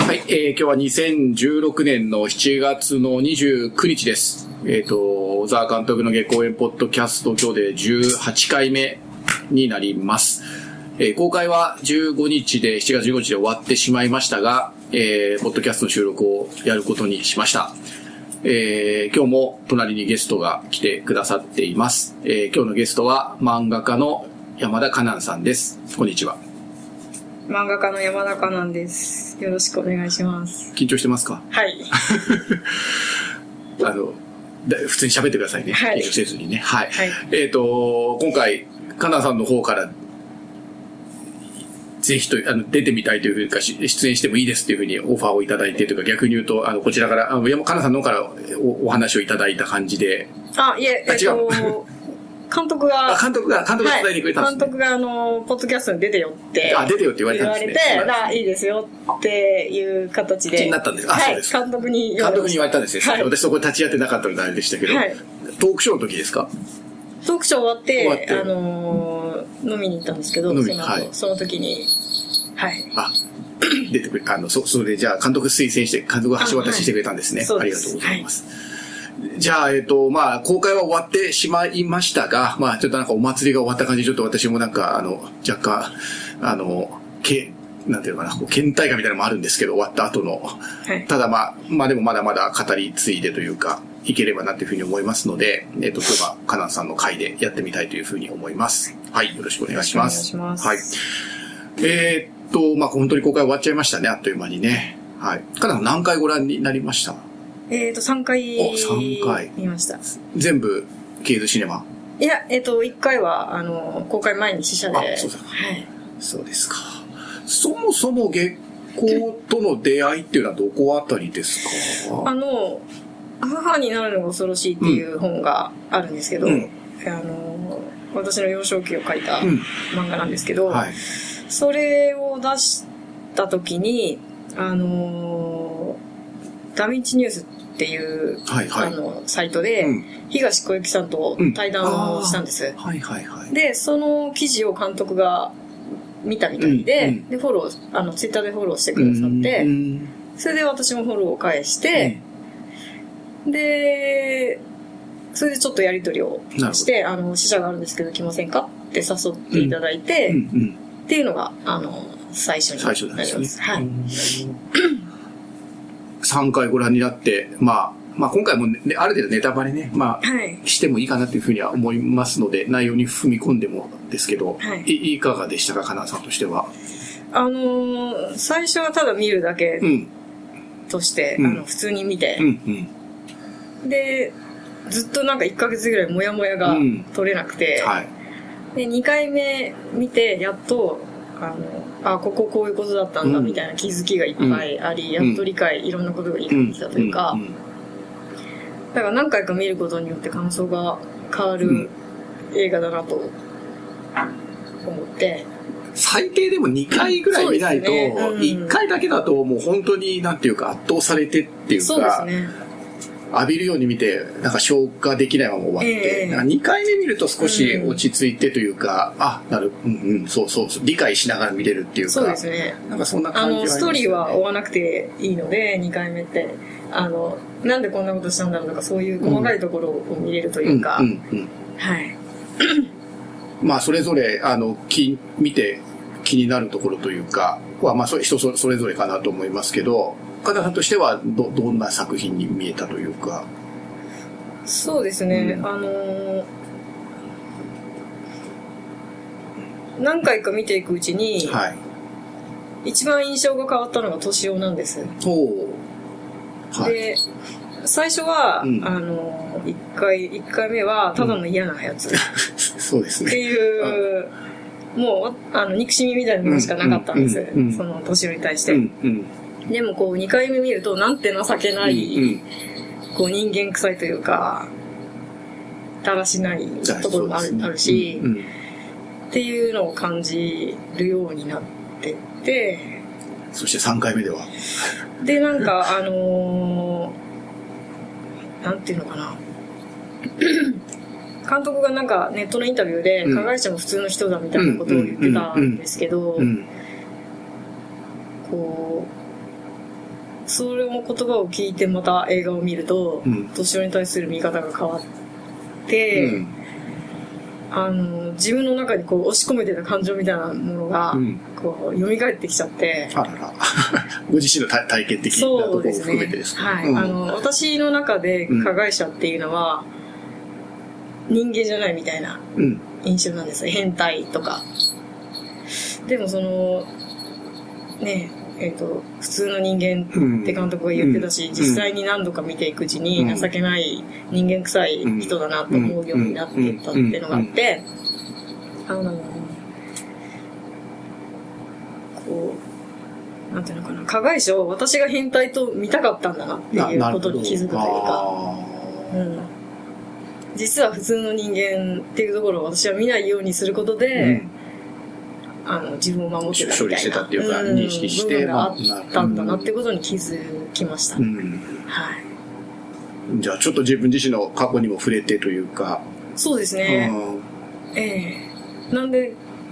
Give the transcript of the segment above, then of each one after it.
はい、今日は2016年の7月の29日です。小沢監督の月公演ポッドキャスト、今日で18回目になります。公開は15日で、7月15日で終わってしまいましたが、ポッドキャストの収録をやることにしました。今日も隣にゲストが来てくださっています。今日のゲストは漫画家の山田香南さんです。こんにちは。 漫画家の山田香南です。よろしくお願いします。 緊張してますか？ はい。 普通に喋ってくださいね。 はい。 緊張せずにね。はい。 はい、 今回、香南さんの方から、ぜひ出てみたいというふうにか、出演してもいいですというふうにオファーをいただいてというか、逆に言うと、こちらから、香南さんの方からお話をいただいた感じで。 いえ、 違う。 監督が伝えてくれたんですね。 監督がポッドキャストに出てよって。 出てよって言われたんですね。 いいですよっていう形で。 気になったんです。 はい、 そうです。 監督に言われたんですね。 はい、 私そこ立ち会ってなかったのであれでしたけど、はい、トークショーの時ですか？ トークショー終わって、飲みに行ったんですけど、その時に、はい。 出てくれ、それでじゃあ監督推薦して、監督が橋渡ししてくれたんですね。ありがとうございます。じゃあ、公開は終わってしまいましたが、ちょっとなんかお祭りが終わった感じで、ちょっと私もなんか、若干、なんていうのかな、倦怠感みたいなのもあるんですけど、終わった後の。はい、ただでもまだまだ語り継いでというか、いければなというふうに思いますので、今日は香南さんの回でやってみたいというふうに思います。はい、よろしくお願いします。 お願いします。 はい。本当に公開終わっちゃいましたね、あっという間にね。はい。香南さん何回ご覧になりました ？3回。 3回。 見ました。 全部、ケーズシネマ？ いや、1回は、公開前に試写で。 そうですか。 はい。 そうですか。そもそも月光との出会いっていうのはどこあたりですか？ 母になるのが恐ろしいっていう本があるんですけど、私の幼少期を書いた漫画なんですけど、はい、それを出した時に、ダヴィンチニュースっていう、はいはい、サイトで、東小雪さんと対談をしたんです。 はいはいはい、 で、その記事を監督が見たみたいで、で、フォロー、ツイッターでフォローしてくださって、それで私もフォローを返して、で、それでちょっとやり取りをして、試写があるんですけど来ませんかって誘っていただいて、っていうのが、最初になります。ですね。はい。 3回ご覧になって、今回も、ね、ある程度ネタバレね、はい、してもいいかなというふうには思いますので、内容に踏み込んでもですけど、はい、いかがでしたか、香南さんとしては。 最初はただ見るだけとして、普通に見て、で、ずっとなんか1ヶ月ぐらいモヤモヤが取れなくて、はい、で、2回目見て、やっと、こういうことだったんだみたいな気づきがいっぱいあり、やっといろんなことが理解できたというか、だから何回か見ることによって感想が変わる映画だなと思って、 最低でも2回ぐらい見ないと、1回だけだともう本当になんていうか圧倒されてっていうか、 そうですね、 浴びるように見てなんか消化できないまま終わって、2回目見ると少し落ち着いてというか、そう理解しながら見れるっていうか、 そうですね、 なんかそんな感じはありますね。 ストーリーは追わなくていいので、2回目ってなんでこんなことしたんだろうとか、そういう細かいところを見れるというか、はい。 それぞれ見て気になるところというかは人それぞれかなと思いますけど、香南さんとしてはどんな作品に見えたというか。 そうですね、何回か見ていくうちに、はい、一番印象が変わったのが敏夫なんです。はい、で、最初は、1回目はただの嫌なやつ、 そうですね、 っていう、もう憎しみみたいなものしかなかったんです、その敏夫に対して。でも2回目見るとなんて情けない、人間臭いというかだらしないところもあるし、っていうのを感じるようになってって、 そして3回目ではでなんかなんていうのかな監督がなんかネットのインタビューで、加害者も普通の人だみたいなことを言ってたんですけど、 それも言葉を聞いてまた映画を見ると、敏夫に対する見方が変わって、自分の中にこう押し込めてた感情みたいなものが、こう蘇ってきちゃって。 あらら。ご自身の体験的なところを含めてですか？ はい。私の中で加害者っていうのは、人間じゃないみたいな印象なんですよ。変態とか。でもね、普通の人間って監督が言ってたし、実際に何度か見ていくうちに情けない人間臭い人だなと思うようになっていったっていうのがあって、こうなんていうのかな、加害者を私が変態と見たかったんだなっていうことに気づくというか、実は普通の人間っていうところを私は見ないようにすることで、自分を守ってたみたいな処理してたっていうか、認識して部分があったんだなってことに気づきました。はい。 じゃあちょっと自分自身の過去にも触れてというか。 そうですね。なんで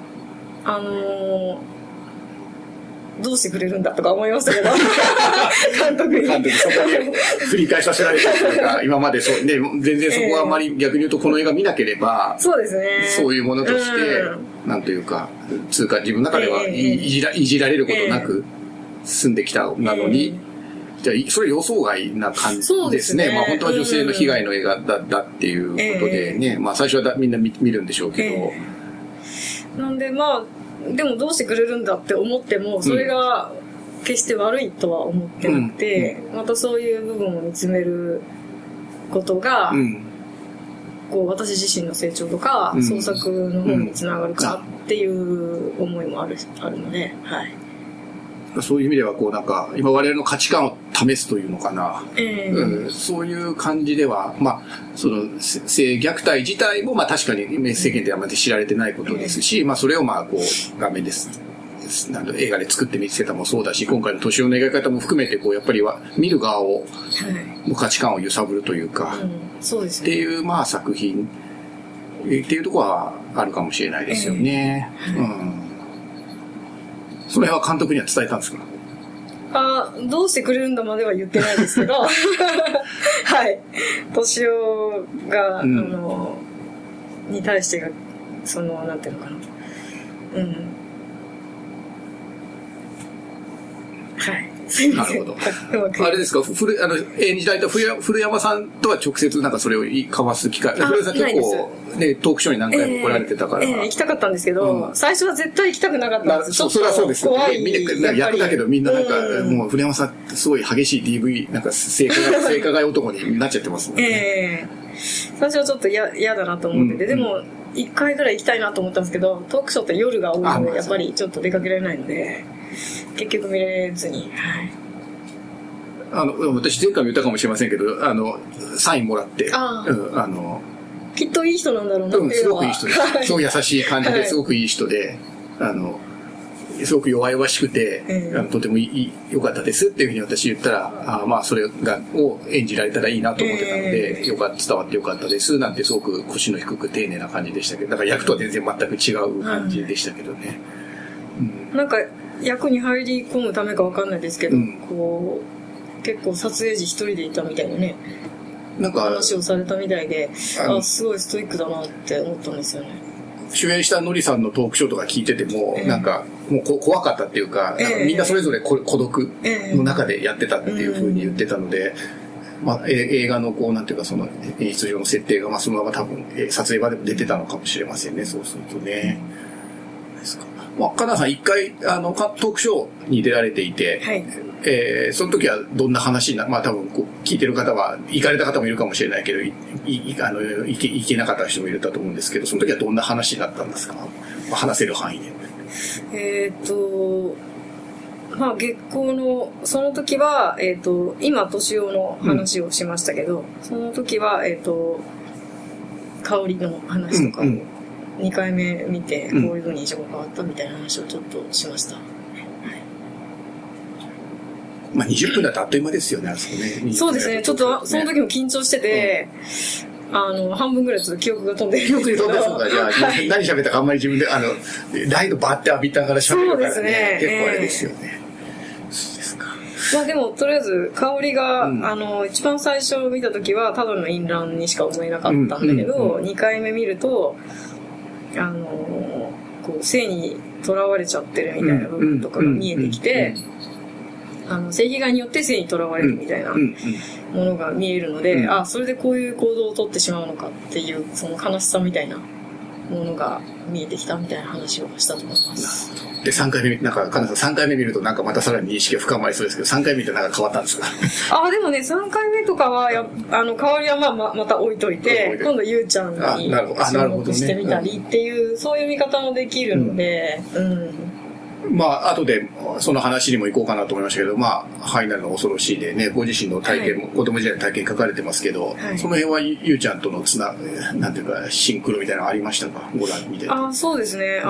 どうしてくれるんだとか思いましたけど監督にそこで振り返させられたというか、今までそう、ね、全然そこはあんまり、逆に言うとこの映画見なければ、 そうですね、 そういうものとして、なんというか自分の中ではいじられることなく済んできたなのに、じゃあそれ予想外な感じですね。まあ本当は女性の被害の映画だっていうことでね、まあ最初はみんな見るんでしょうけど、なんでまあでもどうしてくれるんだって思っても、それが決して悪いとは思ってなくて、またそういう部分を見つめることが、こう私自身の成長とか、創作の方につながるかっていう思いもあるので、はい。 そういう意味ではこうなんか今我々の価値観を試すというのかな、そういう感じでは、まあその性虐待自体もまあ確かに世間ではあまり知られてないことですし、まあそれをまあこう画面です映画で作って見せたもそうだし、今回の年男の描き方も含めてこうやっぱりは見る側を、の価値観を揺さぶるというか、 そうですね、 っていうまあ作品っていうところはあるかもしれないですよね。その辺は監督には伝えたんですか？ どうしてくれるんだまでは言ってないですけどはい、敏夫が、に対してがなんていうのかな、はいなるほど。あれですか、演じられた古山さんとは直接なんかそれを交わす機会。古山さん結構ね、トークショーに何回も来られてたから。 行きたかったんですけど、最初は絶対行きたくなかったんです。 それはそうですよね。 怖い。 役だけどみんななんか、もう古山さんすごい激しい DV、なんか性加害男になっちゃってますもんね。 最初はちょっと嫌だなと思ってて、でも、1回ぐらい行きたいなと思ったんですけど、トークショーって夜が多いので、やっぱりちょっと出かけられないので、結局見れずに、 私前回も言ったかもしれませんけど、サインもらって、 きっといい人なんだろうなっていうのは、 すごくいい人です。すごい優しい感じですごくいい人で、すごく弱々しくて、とても良かったですっていうふうに私言ったら、まあそれを演じられたらいいなと思ってたので、伝わって良かったですなんてすごく腰の低く丁寧な感じでしたけど、だから役とは全然全く違う感じでしたけどね。 なんか役に入り込むためかわかんないですけど、こう結構撮影時一人でいたみたいなね、なんか話をされたみたいで、すごいストイックだなって思ったんですよね。 主演したのりさんのトークショーとか聞いてても、なんかもう怖かったっていうか、みんなそれぞれ孤独の中でやってたっていうふうに言ってたので、まあ、映画のこうなんていうかその演出上の設定がまあそのまま多分撮影場でも出てたのかもしれませんね。そうするとね。ですか。まあ、金田さん一回トークショーに出られていて、その時はどんな話まあ多分こう聞いてる方は行かれた方もいるかもしれないけど行けなかった人もいると思うんですけど、その時はどんな話だったんですか？まあ、話せる範囲で。 まあ月光のその時は今敏夫の話をしましたけど、その時は香りの話とかを2回目見て、こういう風に印象が変わったみたいな話をちょっとしました。 まあ20分だとあっという間ですよね、あそこね。 そうですね、ちょっとその時も緊張してて、半分ぐらいちょっと記憶が飛んでるんですけど。記憶に飛んでる。じゃあ、 何喋ったかあんまり自分で、ライトバーって浴びたから喋るからね。結構あれですよね。そうですか。 まあでもとりあえず香りが、一番最初見た時はただのインランにしか思えなかったんだけど、2回目見るとこう性にとらわれちゃってるみたいな部分とかが見えてきて、性被害によって性にとらわれるみたいなものが見えるので、それでこういう行動をとってしまうのかっていうその悲しさみたいなものが見えてきたみたいな話をしたと思います。 で、3回目、なんか、かなさん3回目見るとなんかまたさらに認識が深まりそうですけど、3回目見てなんか変わったんですか？ でもね、3回目とかは香りはまた置いといて、今度ゆうちゃんに注目してみたりっていう、そういう見方もできるので、 まあ、後でその話にも行こうかなと思いましたけど、まあ、ファイナルの恐ろしいでね、ご自身の体験も、子供時代の体験書かれてますけど、その辺はゆうちゃんとのなんていうか、シンクロみたいなのありましたか？ご覧見て。 そうですね。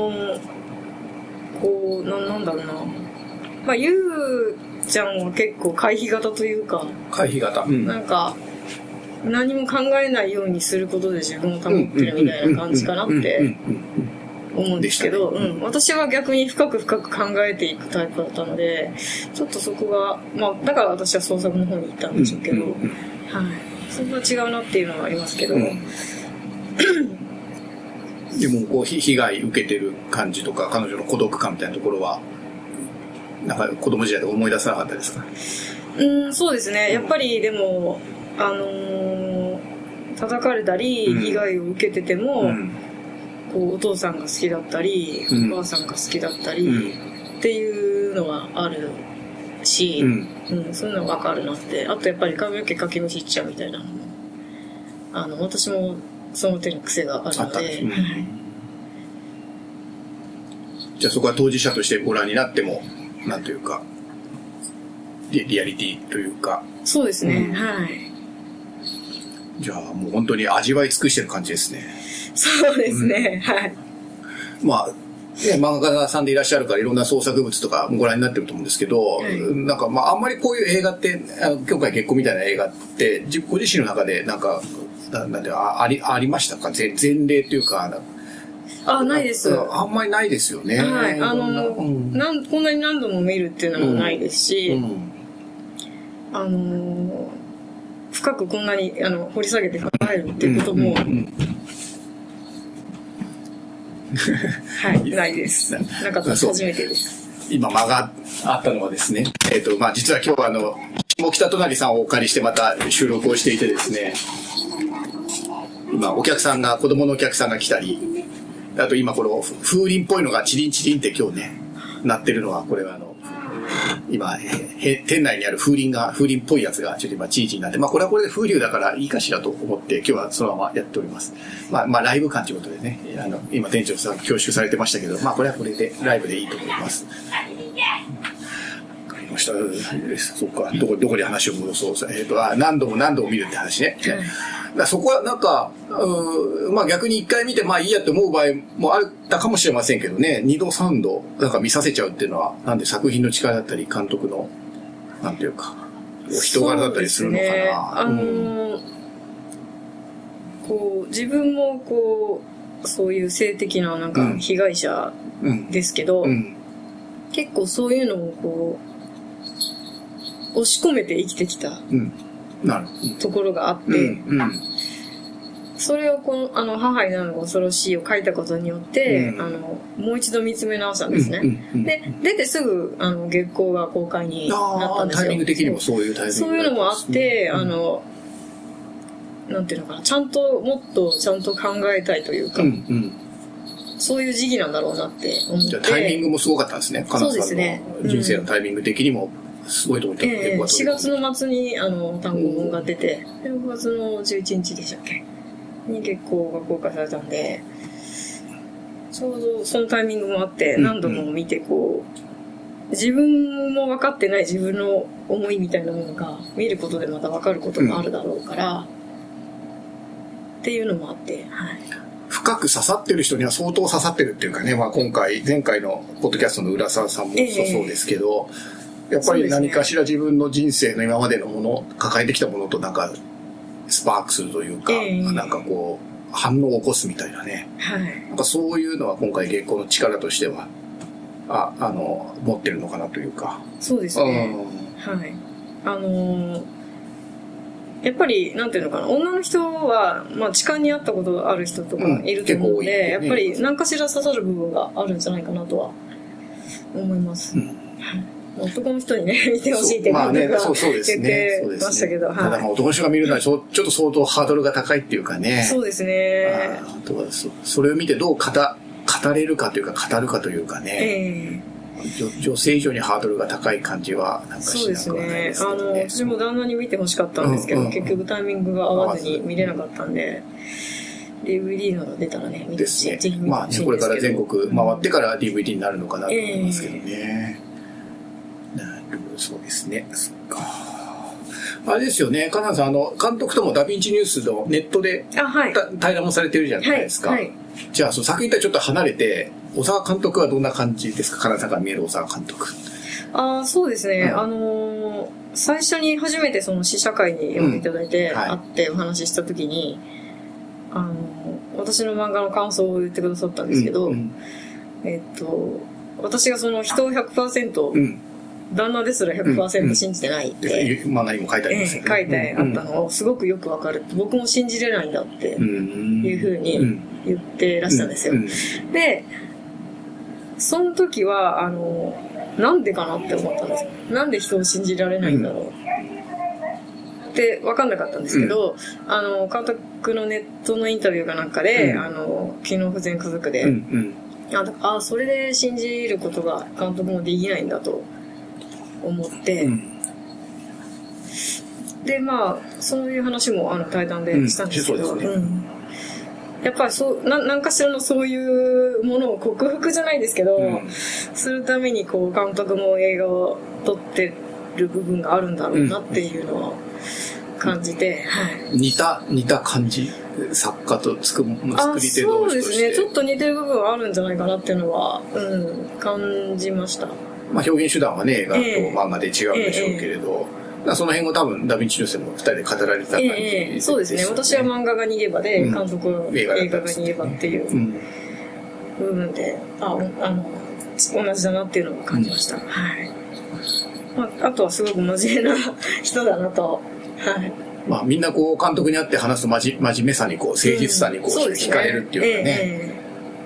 こう、なんだろうな。まあ、ゆうちゃんは結構回避型というか、 回避型。 なんか、何も考えないようにすることで自分を保ってるみたいな感じかなって思うんですけど、私は逆に深く考えていくタイプだったので、ちょっとそこが、まあ、だから私は創作の方に行ったんでしょうけど、そこは違うなっていうのはありますけど、 でもこう被害受けてる感じとか彼女の孤独感みたいなところはなんか子供時代で思い出さなかったですか？ そうですね。やっぱりでも叩かれたり被害を受けてても、こうお父さんが好きだったり、お母さんが好きだったりっていうのはあるし、そういうのが分かるなって。あとやっぱり髪の毛かきむしっちゃうみたいなのも私もその手の癖があるので、 じゃあそこは当事者としてご覧になってもなんというかリアリティというか、 そうですね、はい。 じゃあもう本当に味わい尽くしてる感じですね。 そうですね、はい。 まあ漫画家さんでいらっしゃるからいろんな創作物とかご覧になってると思うんですけど、なんかまああんまりこういう映画って今回結婚みたいな映画ってご自身の中でなんかなんてありましたか？前例というかないです。 あんまりないですよね。 はい。こんなに何度も見るっていうのもないですし、深くこんなに掘り下げて考えるっていうことも、はい、ないです。なかった初めてです。 今間があったのはですね、まあ実は今日は下北隣さんをお借りしてまた収録をしていてですね、今お客さんが子供のお客さんが来たり、あと今この風鈴っぽいのがチリンチリンって今日ね鳴ってるのはこれは今店内にある風鈴っぽいやつがちょっと今チリチリになって、まあこれはこれで風流だからいいかしらと思って今日はそのままやっております。まあライブ感ということでね、今店長さん恐縮されてましたけど、まあこれはこれでライブでいいと思います。わかりました。そっか、どこで話を戻そう。何度も見るって話ね。そこはなんか、まあ逆に1回見てまあいいやって思う場合もあったかもしれませんけどね、2度3度なんか見させちゃうっていうのはなんで作品の力だったり監督のなんていうか人柄だったりするのかな。 こう自分もこうそういう性的ななんか被害者ですけど、結構そういうのをこう押し込めて生きてきたところがあって、それをこの母になるのが恐ろしいを書いたことによって、もう一度見つめ直したんですね。で、出てすぐ月光が公開になったんですよ。 タイミング的にもそういうタイミングそういうのもあって、なんていうのかな、もっとちゃんと考えたいというか、そういう時期なんだろうなって思って。 じゃあタイミングもすごかったんですね。 そうですね。 人生のタイミング的にもすごいと思って、 4月の末に単行本が出て、6月の11日でしたっけに月光が公開されたんで、ちょうどそのタイミングもあって何度も見てこう、自分も分かってない自分の思いみたいなものが見ることでまた分かることもあるだろうから、っていうのもあって、はい。 深く刺さってる人には相当刺さってるっていうかね、まあ前回のポッドキャストの浦沢さんもそうですけど、やっぱり何かしら自分の人生の今までのもの、抱えてきたものとなんかスパークするというか、なんかこう反応を起こすみたいなね、なんかそういうのは今回月光の力としては持ってるのかなというか。 そうですね。 はい。やっぱり、なんていうのかな、女の人は、まあ、痴漢に遭ったことがある人とかいると思うので、やっぱり何かしら刺さる部分があるんじゃないかなとは思います。男の人にね、見てほしいって監督は言ってましたけど。 ただ男の人が見るのはちょっと相当ハードルが高いっていうかね。 そうですね。 あとはそれを見てどう語れるかというか語るかというかね。女性以上にハードルが高い感じはなんかしなくはないですけどね。 そうですね。私も旦那に見てほしかったんですけど、結局タイミングが合わずに見れなかったんで、DVD など出たらね、見てほしい。ぜひ見てほしいんですけど。 まあね、これから全国回ってから DVD になるのかなと思いますけどね。そうですね。そっか。あれですよね、金谷さん、監督ともダヴィンチニュースのネットで対談もされてるじゃないですか。はいはい、じゃあ、その作品とはちょっと離れて、小沢監督はどんな感じですか、金谷さんが見える小沢監督。 そうですね。最初に初めてその試写会に呼んでいただいて、会ってお話ししたときに、私の漫画の感想を言ってくださったんですけど、私がその人を 100%、旦那ですら 100% 信じてないって、 漫画にも書いてありますよね。 書いてあったのをすごくよくわかる。僕も信じれないんだっていうふうに言ってらしたんですよ。で、その時はなんでかなって思ったんですよ。なんで人を信じられないんだろうって分かんなかったんですけど、監督のネットのインタビューかなんかで、機能不全家族で、それで信じることが監督もできないんだと思って、でまあそういう話も対談でしたんですけど、やっぱり何かしらのそういうものを克服じゃないですけど、するためにこう監督も映画を撮ってる部分があるんだろうなっていうのを感じて、 似た感じ、作家と作り手同士として。 そうですね、ちょっと似てる部分はあるんじゃないかなっていうのは、感じました。 まあ表現手段はね、映画と漫画で違うんでしょうけれど、その辺を多分ダヴィンチニュースでも2人で語られてた感じですね。 そうですね。私は漫画が逃げ場で、監督は映画が逃げ場っていう部分で、同じだなっていうのを感じました。はい。あとはすごく真面目な人だなと。はい。 まあみんなこう監督に会って話す真面目さにこう誠実さにこう惹かれるっていうかね。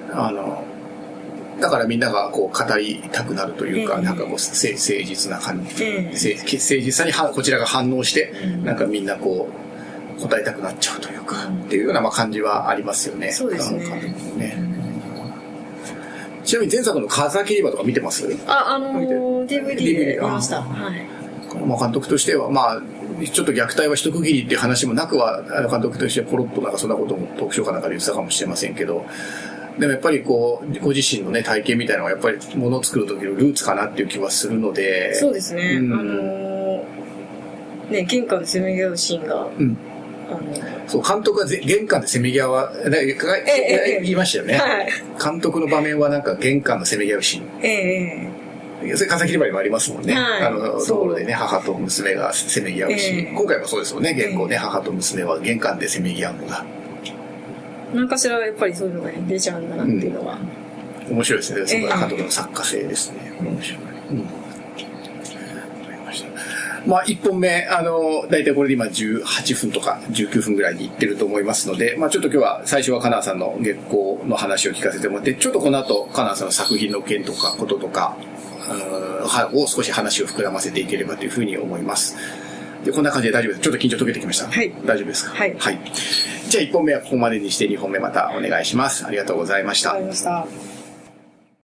だからみんながこう語りたくなるというか、なんかこう誠実な感じ、誠実さにこちらが反応して、なんかみんなこう答えたくなっちゃうというか、っていうような感じはありますよね。 そうですね。 ちなみに前作の風切り場とか見てます ？DVD で見ました。はい。 まあ監督としてはまあちょっと虐待は一区切りっていう話もなくは監督としてポロッとなんかそんなこともトークショーかなんかで言ってたかもしれませんけど。でもやっぱりこうご自身のね体験みたいなのはやっぱりものを作る時のルーツかなっていう気はするので。 そうですね。玄関でせめぎ合うシーンが、 そう監督が玄関でせめぎ合わ言いましたよね。監督の場面はなんか玄関のせめぎ合うシーン。それ風切り場にもありますもんね。ところでね母と娘がせめぎ合うし、今回もそうですもんね。結構ね母と娘は玄関でせめぎ合うのが。何かしらやっぱりそういうのが出ちゃうんだなっていうのは、 面白いですね。その監督の作家性ですね。面白い。まあ1本目だいたいこれで今18分とか19分ぐらいにいってると思いますので、まあちょっと今日は最初は金谷さんの月光の話を聞かせてもらって、ちょっとこの後金谷さんの作品の件とかこととかを少し話を膨らませていければというふうに思います。でこんな感じで大丈夫です。ちょっと緊張解けてきました。 はい。 大丈夫ですか？ はい。 じゃあ1本目はここまでにして2本目またお願いします。ありがとうございました。 ありがとうございました。